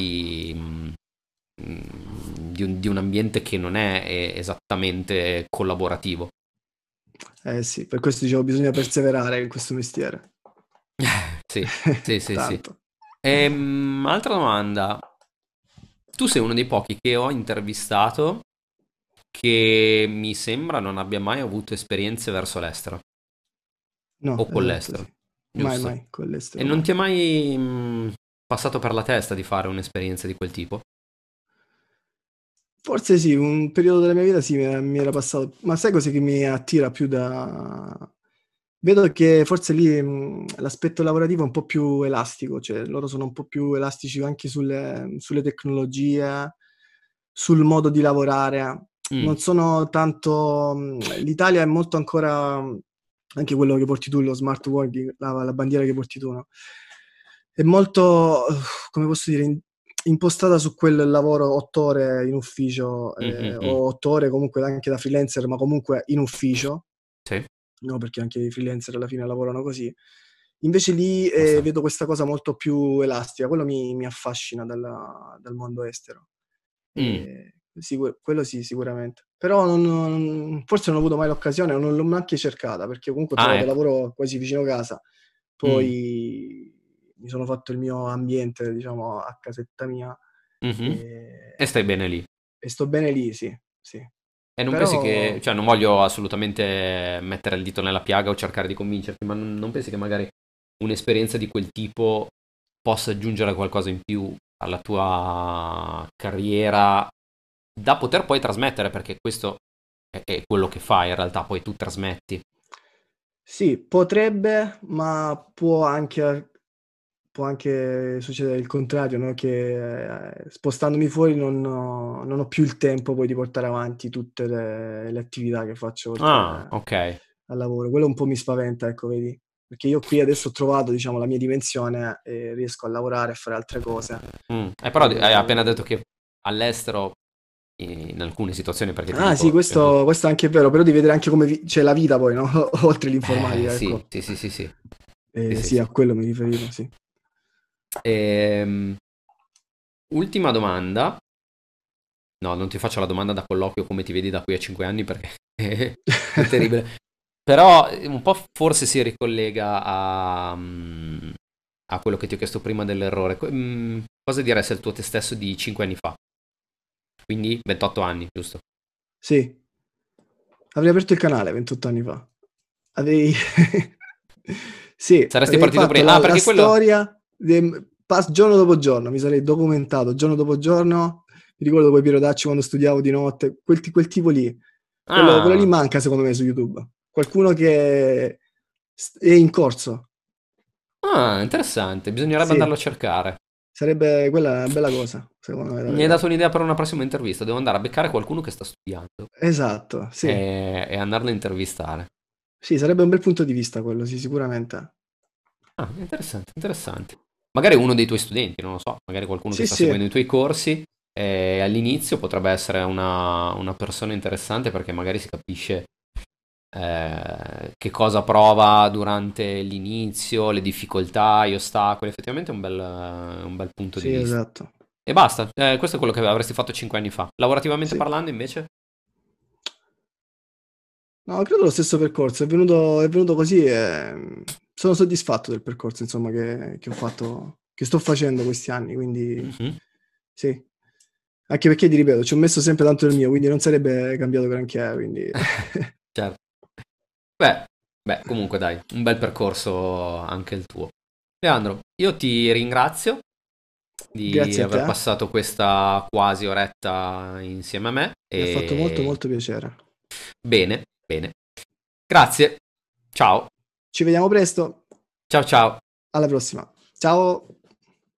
di un ambiente che non è esattamente collaborativo. Eh sì, per questo dicevo bisogna perseverare in questo mestiere. Sì, sì, sì, sì. Tanto. Altra domanda. Tu sei uno dei pochi che ho intervistato che mi sembra non abbia mai avuto esperienze verso l'estero No, o con esatto, l'estero, sì. Mai, giusto? mai, con E l'estero non mai. ti è mai passato per la testa di fare un'esperienza di quel tipo? Forse sì, un periodo della mia vita sì, mi era passato, ma sai cos'è che mi attira più da vedo che forse lì, l'aspetto lavorativo è un po' più elastico, cioè loro sono un po' più elastici anche sulle tecnologie, sul modo di lavorare. Mm, Non sono tanto l'Italia è molto ancora anche quello che porti tu, lo smart working, la bandiera che porti tu, no, è molto, come posso dire, impostata su quel lavoro 8 ore in ufficio, mm, mm, mm. o 8 ore comunque anche da freelancer, ma comunque in ufficio, Sì, no, perché anche i freelancer alla fine lavorano così. Invece lì, lo so. vedo questa cosa molto più elastica, quello mi affascina dal mondo estero. Mm, Sì, quello sì, sicuramente. Però forse non ho avuto mai l'occasione, non l'ho neanche cercata, perché comunque ho ah, trovato ecco. lavoro quasi vicino casa. Mm, Poi mi sono fatto il mio ambiente, diciamo, a casetta mia, mhm. E ehm, stai bene lì. e sto bene lì, sì, sì. E non pensi che, Però cioè non voglio assolutamente mettere il dito nella piaga o cercare di convincerti, ma non pensi che magari un'esperienza di quel tipo possa aggiungere qualcosa in più alla tua carriera da poter poi trasmettere, perché questo è quello che fai in realtà, poi tu trasmetti. sì, potrebbe, ma può anche succedere il contrario, no, che, spostandomi fuori non ho più il tempo poi di portare avanti tutte le attività che faccio Ah, oltre ok. al lavoro. Quello un po' mi spaventa, ecco, vedi? Perché io qui adesso ho trovato, diciamo, la mia dimensione e riesco a lavorare, a fare altre cose. Però hai appena Ehm detto che all'estero, in alcune situazioni, perché ti ah sì, dico, questo è anche vero, però devi vedere anche come c'è la vita poi, no, oltre l'informatica, sì, ecco. sì, sì, sì, sì, sì, sì, Sì, sì. a quello mi riferivo, sì. Ehm, ultima domanda. No, non ti faccio la domanda da colloquio come ti vedi da qui a 5 anni perché è terribile. Però un po' forse si ricollega a quello che ti ho chiesto prima dell'errore. Cosa diresti al tuo te stesso di 5 anni fa? Quindi 28 anni, giusto? Sì, avrei aperto il canale 28 anni fa. Avrei sì, Saresti avrei partito fatto prima? Ah, la perché quello. storia giorno dopo giorno, mi sarei documentato giorno dopo giorno. Mi ricordo poi Piero Dacci quando studiavo di notte, quel tipo lì. Quello lì Ah, manca secondo me su YouTube. Qualcuno che è in corso. interessante. Bisognerebbe Sì, andarlo a cercare. sarebbe quella una bella cosa, secondo me, da Mi hai dato vedere. un'idea per una prossima intervista. Devo andare a beccare qualcuno che sta studiando Esatto, sì. e andarlo a intervistare. Sì, sarebbe un bel punto di vista quello, sì, sicuramente. Interessante, interessante. Magari uno dei tuoi studenti, non lo so, magari qualcuno che Sì, sta sì, seguendo i tuoi corsi, all'inizio potrebbe essere una persona interessante perché magari si capisce che cosa prova durante l'inizio, le difficoltà, gli ostacoli, effettivamente è un bel punto di sì, vista. esatto. E basta, questo è quello che avresti fatto 5 anni fa. Lavorativamente Sì. parlando, invece? No, credo lo stesso percorso, è venuto così e sono soddisfatto del percorso insomma che ho fatto, che sto facendo questi anni, quindi Mhm, sì. Anche perché ti ripeto, ci ho messo sempre tanto del mio, quindi non sarebbe cambiato granché, quindi certo. Beh, comunque dai, un bel percorso anche il tuo. Leandro, io ti ringrazio di grazie a aver te, passato questa quasi oretta insieme a me mi ha fatto molto, e molto piacere. bene, bene. Grazie. Ciao. Ci vediamo presto, Ciao ciao. alla prossima. Ciao.